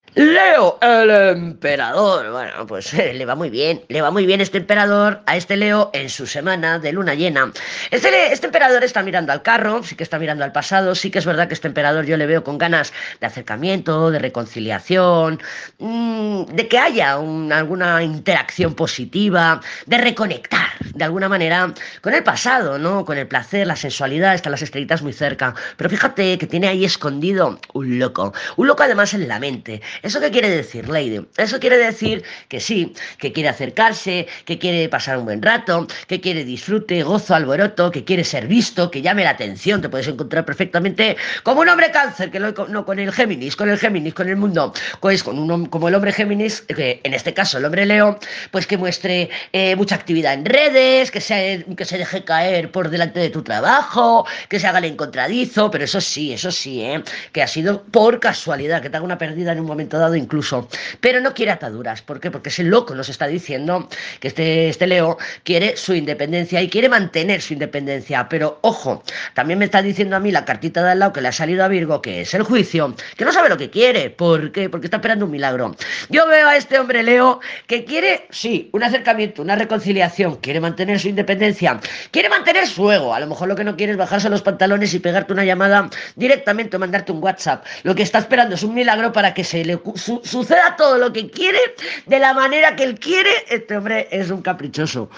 Leo, el emperador. Bueno, pues le va muy bien este emperador a este Leo en su semana de luna llena. Este emperador está mirando al carro, sí que está mirando al pasado, sí que es verdad que este emperador yo le veo con ganas de acercamiento, de reconciliación, de que haya alguna interacción positiva, de reconectar de alguna manera con el pasado, ¿no? Con el placer, la sensualidad, están las estrellitas muy cerca. Pero fíjate que tiene ahí escondido un loco además en la mente. ¿Eso qué quiere decir, Lady? Eso quiere decir que sí, que quiere acercarse, que quiere pasar un buen rato, que quiere disfrute, gozo, alboroto, que quiere ser visto, que llame la atención. Te puedes encontrar perfectamente como un hombre cáncer, que no con el Géminis, con el mundo, pues como el hombre Géminis, que en este caso el hombre Leo, pues que muestre mucha actividad en redes, que se deje caer por delante de tu trabajo, que se haga el encontradizo, pero eso sí, que ha sido por casualidad, que te haga una pérdida en un momento dado incluso. Pero no quiere ataduras. ¿Por qué? Porque ese loco nos está diciendo que este Leo quiere su independencia y quiere mantener su independencia. Pero ojo, también me está diciendo a mí la cartita de al lado que le ha salido a Virgo, que es el juicio, que no sabe lo que quiere. ¿Por qué? Porque está esperando un milagro. Yo veo a este hombre Leo que quiere, sí, un acercamiento, una reconciliación, quiere mantener su independencia, quiere mantener su ego. A lo mejor lo que no quiere es bajarse los pantalones y pegarte una llamada directamente o mandarte un WhatsApp. Lo que está esperando es un milagro para que suceda todo lo que quiere de la manera que él quiere. Este hombre es un caprichoso.